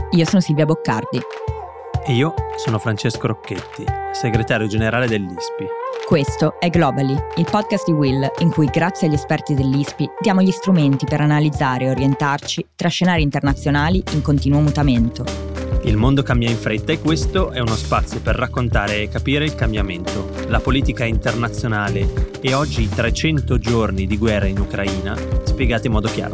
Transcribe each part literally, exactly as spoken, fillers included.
Io sono Silvia Boccardi. E io sono Francesco Rocchetti, segretario generale dell'I S P I. Questo è Globally, il podcast di Will, in cui grazie agli esperti dell'I S P I diamo gli strumenti per analizzare e orientarci tra scenari internazionali in continuo mutamento. Il mondo cambia in fretta e questo è uno spazio per raccontare e capire il cambiamento, la politica internazionale e oggi i trecento giorni di guerra in Ucraina spiegati in modo chiaro.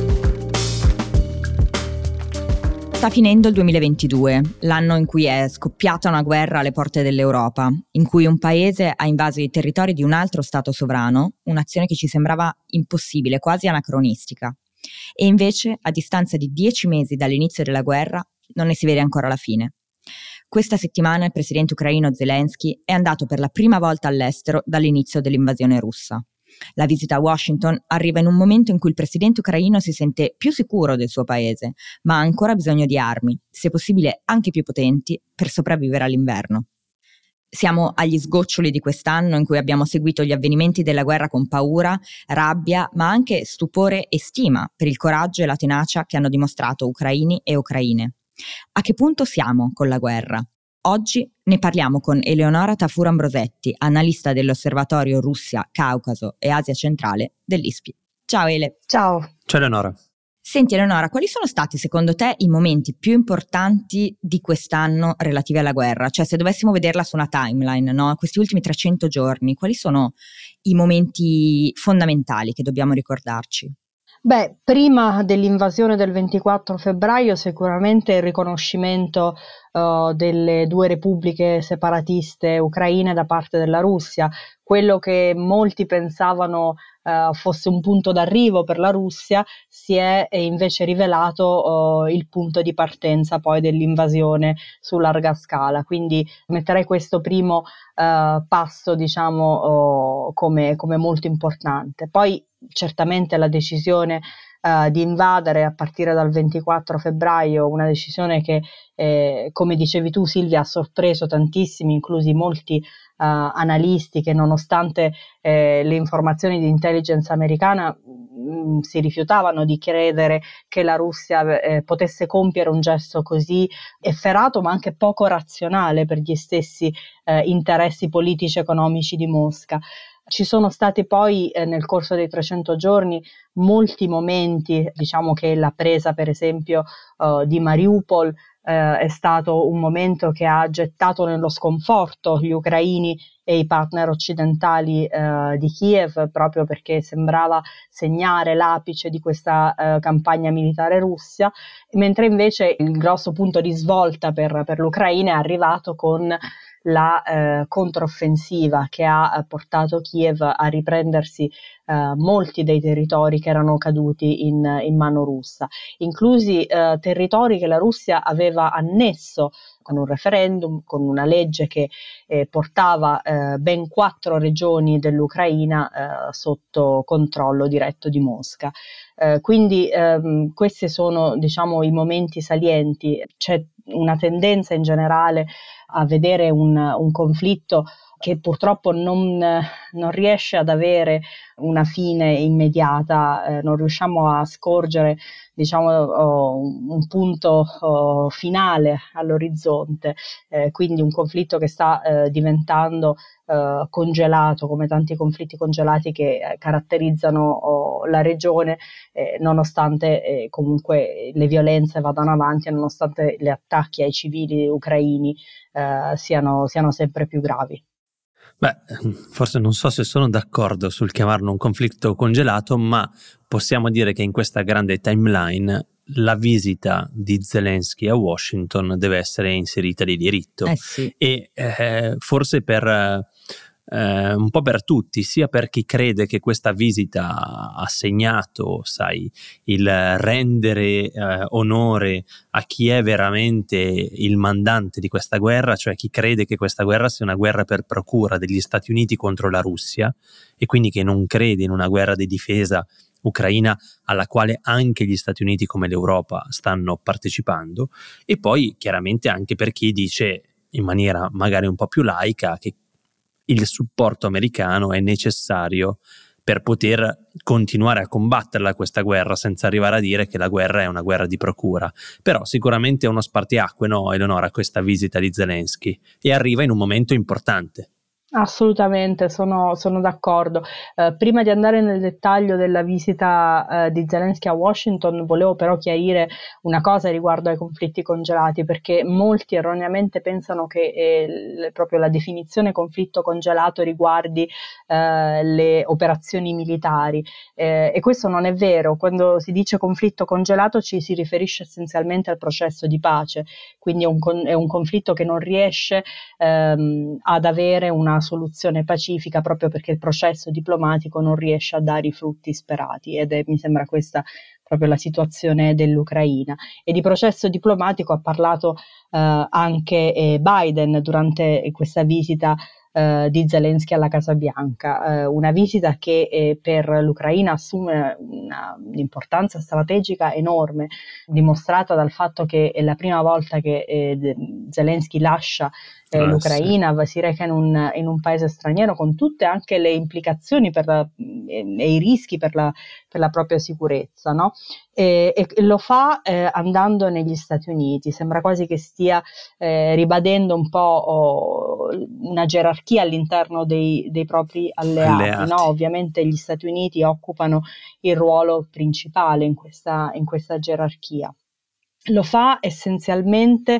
Sta finendo il duemilaventidue, l'anno in cui è scoppiata una guerra alle porte dell'Europa, in cui un paese ha invaso i territori di un altro stato sovrano, un'azione che ci sembrava impossibile, quasi anacronistica. E invece, a distanza di dieci mesi dall'inizio della guerra, non ne si vede ancora la fine. Questa settimana il presidente ucraino Zelensky è andato per la prima volta all'estero dall'inizio dell'invasione russa. La visita a Washington arriva in un momento in cui il presidente ucraino si sente più sicuro del suo paese, ma ha ancora bisogno di armi, se possibile anche più potenti, per sopravvivere all'inverno. Siamo agli sgoccioli di quest'anno in cui abbiamo seguito gli avvenimenti della guerra con paura, rabbia, ma anche stupore e stima per il coraggio e la tenacia che hanno dimostrato ucraini e ucraine. A che punto siamo con la guerra? Oggi ne parliamo con Eleonora Tafur-Ambrosetti, analista dell'Osservatorio Russia, Caucaso e Asia Centrale dell'I S P I. Ciao Ele. Ciao. Ciao Eleonora. Senti Eleonora, quali sono stati secondo te i momenti più importanti di quest'anno relativi alla guerra? Cioè se dovessimo vederla su una timeline, no? Questi ultimi trecento giorni, quali sono i momenti fondamentali che dobbiamo ricordarci? Beh, prima dell'invasione del ventiquattro febbraio sicuramente il riconoscimento uh, delle due repubbliche separatiste ucraine da parte della Russia, quello che molti pensavano uh, fosse un punto d'arrivo per la Russia si è invece rivelato uh, il punto di partenza poi dell'invasione su larga scala, quindi metterei questo primo uh, passo diciamo uh, come, come molto importante. Poi certamente la decisione uh, di invadere a partire dal ventiquattro febbraio, una decisione che eh, come dicevi tu Silvia ha sorpreso tantissimi, inclusi molti uh, analisti che nonostante eh, le informazioni di intelligence americana mh, si rifiutavano di credere che la Russia eh, potesse compiere un gesto così efferato ma anche poco razionale per gli stessi eh, interessi politici e economici di Mosca. Ci sono stati poi eh, nel corso dei trecento giorni molti momenti, diciamo che la presa per esempio uh, di Mariupol eh, è stato un momento che ha gettato nello sconforto gli ucraini e i partner occidentali eh, di Kiev, proprio perché sembrava segnare l'apice di questa eh, campagna militare russa, mentre invece il grosso punto di svolta per, per l'Ucraina è arrivato con la eh, controffensiva che ha eh, portato Kiev a riprendersi eh, molti dei territori che erano caduti in, in mano russa, inclusi eh, territori che la Russia aveva annesso con un referendum, con una legge che eh, portava eh, ben quattro regioni dell'Ucraina eh, sotto controllo diretto di Mosca. Eh, quindi ehm, questi sono diciamo i momenti salienti. C'è una tendenza in generale a vedere un, un conflitto che purtroppo non, non riesce ad avere una fine immediata, eh, non riusciamo a scorgere diciamo oh, un punto oh, finale all'orizzonte, eh, quindi un conflitto che sta eh, diventando eh, congelato, come tanti conflitti congelati che eh, caratterizzano oh, la regione, eh, nonostante eh, comunque le violenze vadano avanti e nonostante gli attacchi ai civili ucraini eh, siano, siano sempre più gravi. Beh, forse non so se sono d'accordo sul chiamarlo un conflitto congelato, ma possiamo dire che in questa grande timeline la visita di Zelensky a Washington deve essere inserita di diritto. Eh sì. E eh, forse per eh, un po' per tutti, sia per chi crede che questa visita ha segnato, sai, il rendere eh, onore a chi è veramente il mandante di questa guerra, cioè chi crede che questa guerra sia una guerra per procura degli Stati Uniti contro la Russia e quindi che non crede in una guerra di difesa ucraina alla quale anche gli Stati Uniti come l'Europa stanno partecipando, e poi chiaramente anche per chi dice in maniera magari un po' più laica che il supporto americano è necessario per poter continuare a combatterla questa guerra, senza arrivare a dire che la guerra è una guerra di procura. Però sicuramente è uno spartiacque, no, Eleonora, questa visita di Zelensky, e arriva in un momento importante. Assolutamente, sono, sono d'accordo. Eh, prima di andare nel dettaglio della visita eh, di Zelensky a Washington, volevo però chiarire una cosa riguardo ai conflitti congelati, perché molti erroneamente pensano che eh, l- proprio la definizione conflitto congelato riguardi eh, le operazioni militari, eh, e questo non è vero. Quando si dice conflitto congelato ci si riferisce essenzialmente al processo di pace, quindi è un, con- è un conflitto che non riesce ehm, ad avere una soluzione pacifica, proprio perché il processo diplomatico non riesce a dare i frutti sperati, ed è, mi sembra questa proprio la situazione dell'Ucraina. E di processo diplomatico ha parlato eh, anche eh, Biden durante questa visita eh, di Zelensky alla Casa Bianca, eh, una visita che eh, per l'Ucraina assume una, un'importanza strategica enorme, dimostrata dal fatto che è la prima volta che eh, Zelensky lascia Eh, Ah, l'Ucraina, sì. si reca in un, in un paese straniero, con tutte anche le implicazioni per la, e, e i rischi per la, per la propria sicurezza, no? E, e lo fa eh, andando negli Stati Uniti. Sembra quasi che stia eh, ribadendo un po' oh, una gerarchia all'interno dei, dei propri alleati, no? Alleati. Ovviamente gli Stati Uniti occupano il ruolo principale in questa, in questa gerarchia. Lo fa essenzialmente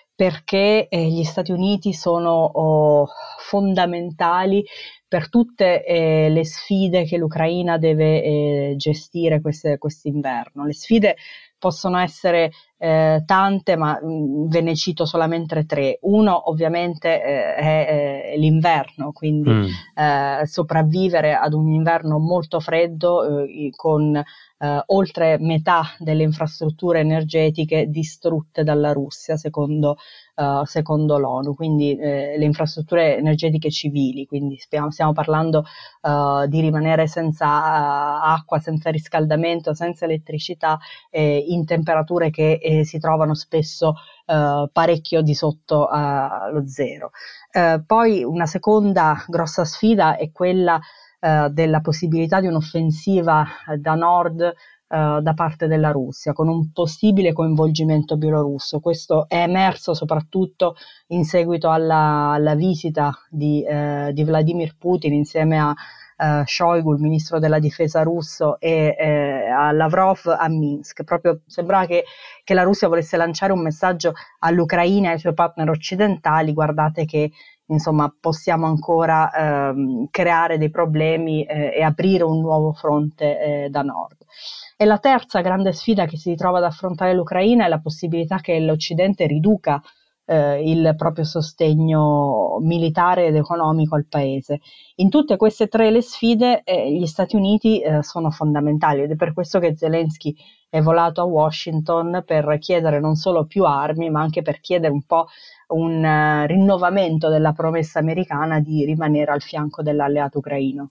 perché eh, gli Stati Uniti sono oh, fondamentali per tutte eh, le sfide che l'Ucraina deve eh, gestire queste, quest'inverno. Le sfide possono essere eh, tante, ma mh, ve ne cito solamente tre. Uno ovviamente eh, è eh, l'inverno, quindi Mm. eh, sopravvivere ad un inverno molto freddo eh, con Uh, oltre metà delle infrastrutture energetiche distrutte dalla Russia, secondo, uh, secondo l'ONU, quindi eh, le infrastrutture energetiche civili, quindi stiamo, stiamo parlando uh, di rimanere senza uh, acqua, senza riscaldamento, senza elettricità, eh, in temperature che eh, si trovano spesso uh, parecchio di sotto uh, lo zero. Uh, poi una seconda grossa sfida è quella Uh, della possibilità di un'offensiva uh, da nord uh, da parte della Russia, con un possibile coinvolgimento bielorusso. Questo è emerso soprattutto in seguito alla, alla visita di, uh, di Vladimir Putin insieme a uh, Shoigu, il ministro della difesa russo, e uh, a Lavrov a Minsk. Proprio sembrava che, che la Russia volesse lanciare un messaggio all'Ucraina e ai suoi partner occidentali: guardate che insomma possiamo ancora ehm, creare dei problemi eh, e aprire un nuovo fronte eh, da nord. E la terza grande sfida che si ritrova ad affrontare l'Ucraina è la possibilità che l'Occidente riduca eh, il proprio sostegno militare ed economico al paese. In tutte queste e tre le sfide eh, gli Stati Uniti eh, sono fondamentali, ed è per questo che Zelensky è volato a Washington, per chiedere non solo più armi, ma anche per chiedere un po' un uh, rinnovamento della promessa americana di rimanere al fianco dell'alleato ucraino.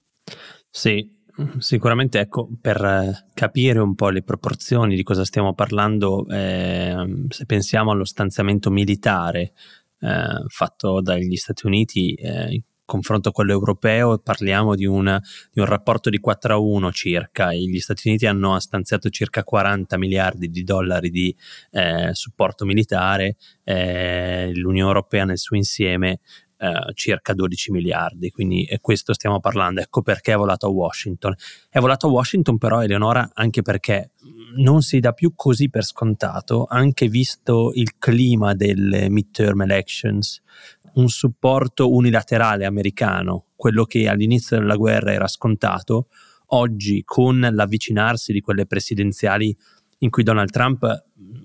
Sì, sicuramente, ecco, per capire un po' le proporzioni di cosa stiamo parlando, eh, se pensiamo allo stanziamento militare eh, fatto dagli Stati Uniti eh, in confronto a quello europeo, parliamo di, una, di un rapporto di quattro a uno circa, e gli Stati Uniti hanno stanziato circa quaranta miliardi di dollari di eh, supporto militare, eh, l'Unione Europea nel suo insieme Uh, circa dodici miliardi, quindi è questo stiamo parlando. Ecco perché è volato a Washington. È volato a Washington però, Eleonora, anche perché non si dà più così per scontato, anche visto il clima delle midterm elections, un supporto unilaterale americano, quello che all'inizio della guerra era scontato, oggi con l'avvicinarsi di quelle presidenziali in cui Donald Trump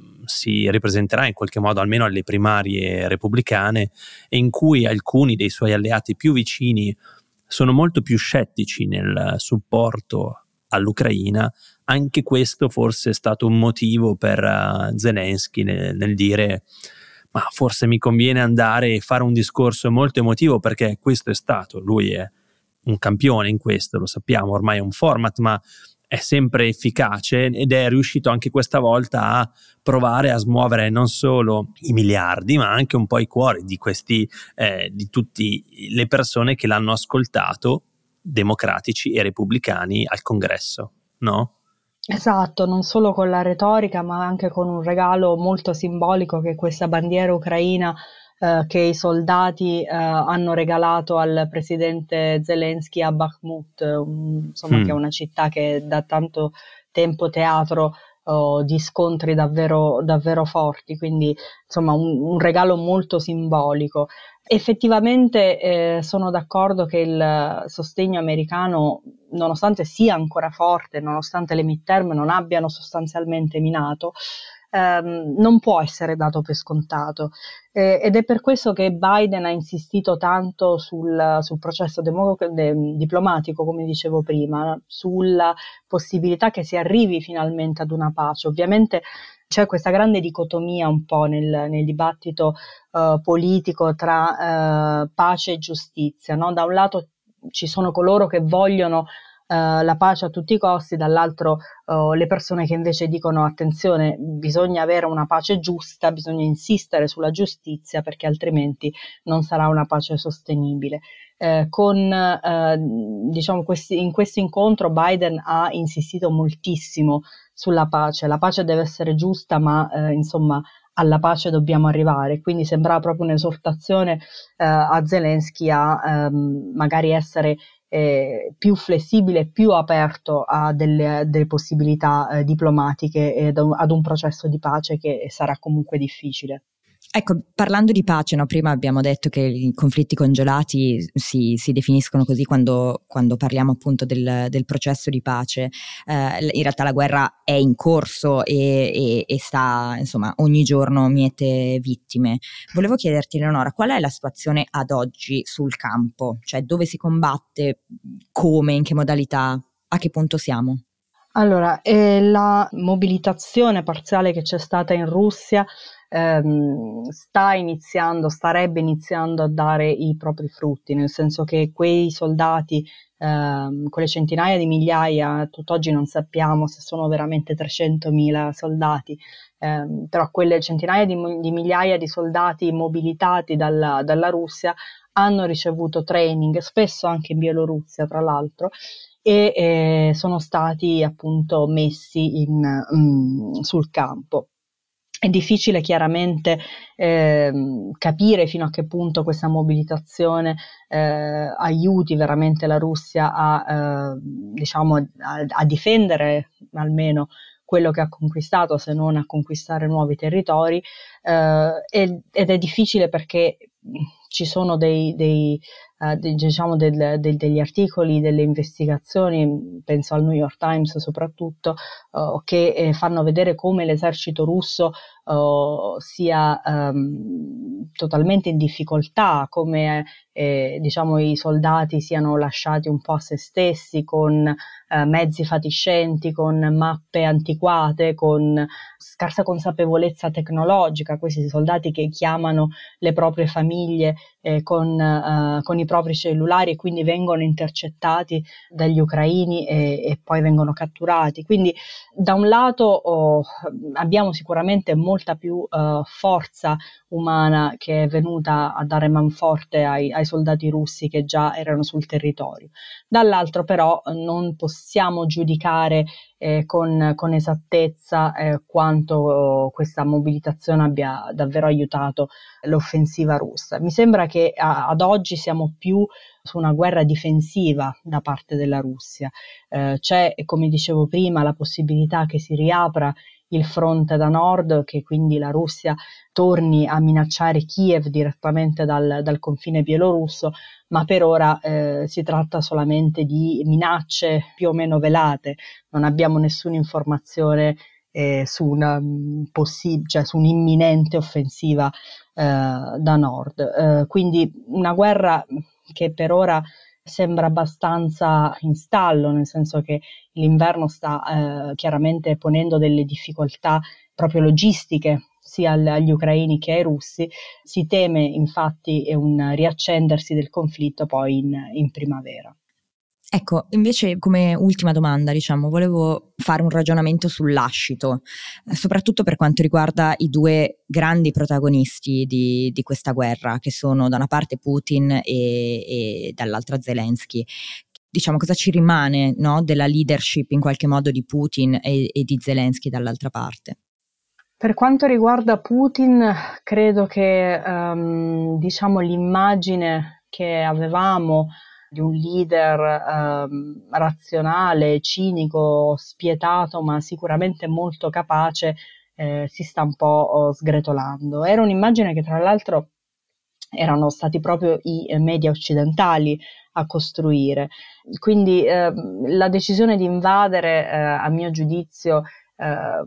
si ripresenterà in qualche modo almeno alle primarie repubblicane, e in cui alcuni dei suoi alleati più vicini sono molto più scettici nel supporto all'Ucraina, anche questo forse è stato un motivo per uh, Zelensky nel, nel dire: ma forse mi conviene andare e fare un discorso molto emotivo, perché questo è stato, lui è un campione in questo, lo sappiamo, ormai è un format, ma è sempre efficace, ed è riuscito anche questa volta a provare a smuovere non solo i miliardi, ma anche un po' i cuori di questi, eh, di tutte le persone che l'hanno ascoltato, democratici e repubblicani al congresso, no? Esatto, non solo con la retorica, ma anche con un regalo molto simbolico che è questa bandiera ucraina eh, che i soldati eh, hanno regalato al presidente Zelensky a Bakhmut, um, insomma, mm. che è una città che da tanto tempo teatro oh, di scontri davvero, davvero forti, quindi insomma un, un regalo molto simbolico. Effettivamente eh, sono d'accordo che il sostegno americano, nonostante sia ancora forte, nonostante le midterm non abbiano sostanzialmente minato, ehm, non può essere dato per scontato. Eh, ed è per questo che Biden ha insistito tanto sul, sul processo demo- de- diplomatico, come dicevo prima, sulla possibilità che si arrivi finalmente ad una pace. Ovviamente c'è questa grande dicotomia un po' nel, nel dibattito uh, politico tra uh, pace e giustizia, no? Da un lato ci sono coloro che vogliono uh, la pace a tutti i costi, dall'altro uh, le persone che invece dicono attenzione, bisogna avere una pace giusta, bisogna insistere sulla giustizia perché altrimenti non sarà una pace sostenibile. Eh, con eh, diciamo questi, in questo incontro Biden ha insistito moltissimo sulla pace. La pace deve essere giusta, ma eh, insomma alla pace dobbiamo arrivare, quindi sembrava proprio un'esortazione eh, a Zelensky a ehm, magari essere eh, più flessibile, più aperto a delle, delle possibilità eh, diplomatiche ed ad un processo di pace che sarà comunque difficile. Ecco, parlando di pace, no? Prima abbiamo detto che i conflitti congelati si, si definiscono così quando, quando parliamo appunto del, del processo di pace. Eh, in realtà la guerra è in corso e, e, e sta, insomma, ogni giorno miete vittime. Volevo chiederti, Eleonora, qual è la situazione ad oggi sul campo? Cioè, dove si combatte, come, in che modalità, a che punto siamo? Allora, eh, la mobilitazione parziale che c'è stata in Russia ehm, sta iniziando, starebbe iniziando a dare i propri frutti, nel senso che quei soldati, ehm, quelle centinaia di migliaia, tutt'oggi non sappiamo se sono veramente trecentomila soldati, ehm, però quelle centinaia di, di migliaia di soldati mobilitati dalla, dalla Russia hanno ricevuto training, spesso anche in Bielorussia tra l'altro, e eh, sono stati appunto messi in, mm, sul campo. È difficile chiaramente eh, capire fino a che punto questa mobilitazione eh, aiuti veramente la Russia a, eh, diciamo, a, a difendere almeno quello che ha conquistato, se non a conquistare nuovi territori, eh, ed, ed è difficile perché ci sono dei, dei, uh, dei, diciamo del, del, degli articoli, delle investigazioni, penso al New York Times soprattutto, uh, che eh, fanno vedere come l'esercito russo uh, sia um, totalmente in difficoltà, come eh, diciamo i soldati siano lasciati un po' a se stessi, con uh, mezzi fatiscenti, con mappe antiquate, con scarsa consapevolezza tecnologica, questi soldati che chiamano le proprie famiglie eh, con, uh, con i propri cellulari e quindi vengono intercettati dagli ucraini e, e poi vengono catturati. Quindi da un lato oh, abbiamo sicuramente molta più uh, forza umana che è venuta a dare manforte ai, ai soldati russi che già erano sul territorio. Dall'altro però non possiamo giudicare eh, con, con esattezza eh, quanto oh, questa mobilitazione abbia davvero aiutato l'offensiva russa. Mi sembra che a, ad oggi siamo più su una guerra difensiva da parte della Russia. Eh, c'è, come dicevo prima, la possibilità che si riapra il fronte da nord, che quindi la Russia torni a minacciare Kiev direttamente dal, dal confine bielorusso, ma per ora eh, si tratta solamente di minacce più o meno velate, non abbiamo nessuna informazione eh, su, una, possi- cioè, su un'imminente offensiva eh, da nord. Eh, quindi una guerra che per ora sembra abbastanza in stallo, nel senso che l'inverno sta eh, chiaramente ponendo delle difficoltà proprio logistiche sia agli ucraini che ai russi. Si teme infatti un riaccendersi del conflitto poi in, in primavera. Ecco, invece come ultima domanda, diciamo, volevo fare un ragionamento sul lascito, eh, soprattutto per quanto riguarda i due grandi protagonisti di, di questa guerra, che sono da una parte Putin e, e dall'altra Zelensky. diciamo, cosa ci rimane, no, della leadership in qualche modo di Putin e, e di Zelensky dall'altra parte? Per quanto riguarda Putin, credo che um, diciamo l'immagine che avevamo di un leader um, razionale, cinico, spietato, ma sicuramente molto capace, eh, si sta un po' oh, sgretolando. Era un'immagine che tra l'altro erano stati proprio i media occidentali a costruire. Quindi eh, la decisione di invadere, eh, a mio giudizio, eh,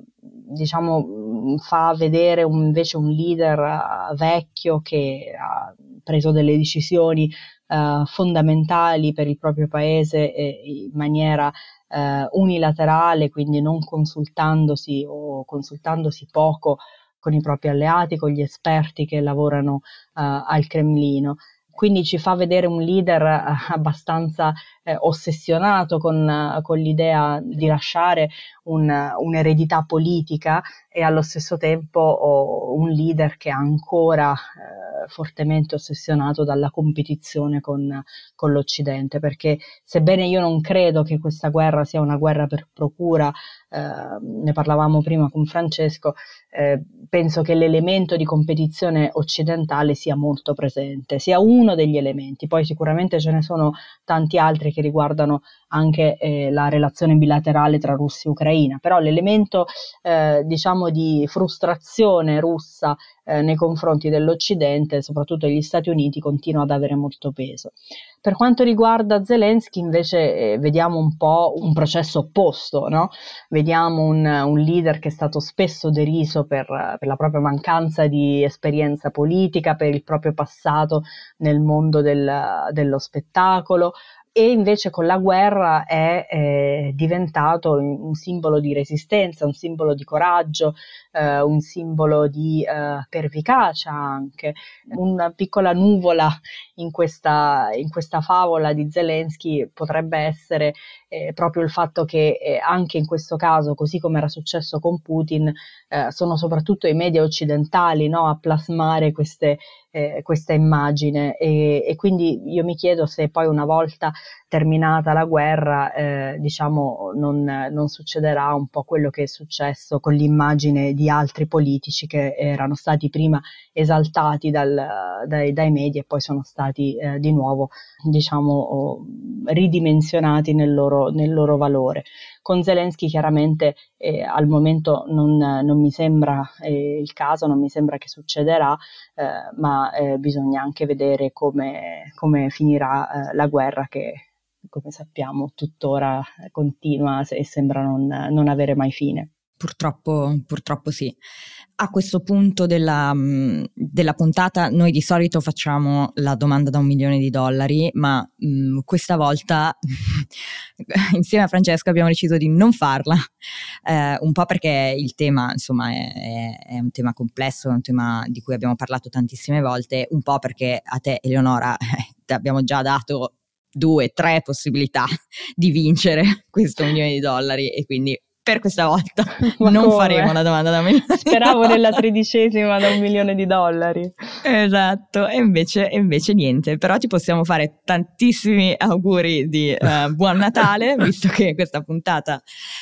diciamo, fa vedere un, invece un leader uh, vecchio che ha preso delle decisioni uh, fondamentali per il proprio paese e in maniera uh, unilaterale, quindi non consultandosi o consultandosi poco con i propri alleati, con gli esperti che lavorano uh, al Cremlino. Quindi ci fa vedere un leader uh, abbastanza eh, ossessionato con, uh, con l'idea di lasciare un, uh, un'eredità politica e allo stesso tempo oh, un leader che è ancora eh, fortemente ossessionato dalla competizione con, con l'Occidente, perché sebbene io non credo che questa guerra sia una guerra per procura, eh, ne parlavamo prima con Francesco, eh, penso che l'elemento di competizione occidentale sia molto presente, sia uno degli elementi, poi sicuramente ce ne sono tanti altri che riguardano anche eh, la relazione bilaterale tra Russia e Ucraina, però l'elemento eh, diciamo di frustrazione russa eh, nei confronti dell'Occidente, soprattutto degli Stati Uniti, continua ad avere molto peso. Per quanto riguarda Zelensky invece eh, vediamo un po' un processo opposto, no? Vediamo un, un leader che è stato spesso deriso per, per la propria mancanza di esperienza politica, per il proprio passato nel mondo del, dello spettacolo, e invece con la guerra è eh, diventato un simbolo di resistenza, un simbolo di coraggio, eh, un simbolo di eh, pervicacia anche. Una piccola nuvola in questa, in questa favola di Zelensky potrebbe essere eh, proprio il fatto che eh, anche in questo caso, così come era successo con Putin, eh, sono soprattutto i media occidentali, no, a plasmare queste Eh, questa immagine e, e quindi io mi chiedo se poi una volta terminata la guerra eh, diciamo non, non succederà un po' quello che è successo con l'immagine di altri politici che erano stati prima esaltati dal, dai, dai media e poi sono stati eh, di nuovo diciamo ridimensionati nel loro, nel loro valore. Con Zelensky chiaramente eh, al momento non, non mi sembra eh, il caso, non mi sembra che succederà, eh, ma eh, bisogna anche vedere come, come finirà eh, la guerra che, come sappiamo, tuttora continua e sembra non, non avere mai fine. Purtroppo, purtroppo sì. A questo punto della, della puntata noi di solito facciamo la domanda da un milione di dollari, ma mh, questa volta insieme a Francesco abbiamo deciso di non farla, eh, un po' perché il tema insomma è, è un tema complesso, è un tema di cui abbiamo parlato tantissime volte, un po' perché a te Eleonora eh, ti abbiamo già dato due, tre possibilità di vincere questo milione di dollari e quindi per questa volta Ma non come? faremo la domanda da un milione. Speravo nella tredicesima da un milione di dollari. Esatto, e invece, e invece niente, però ti possiamo fare tantissimi auguri di uh, buon Natale, visto che questa puntata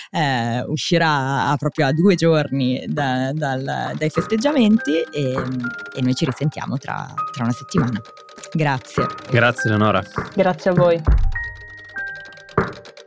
uh, uscirà a proprio a due giorni da, dal, dai festeggiamenti e, e noi ci risentiamo tra, tra una settimana. Grazie. Grazie Eleonora. Grazie a voi.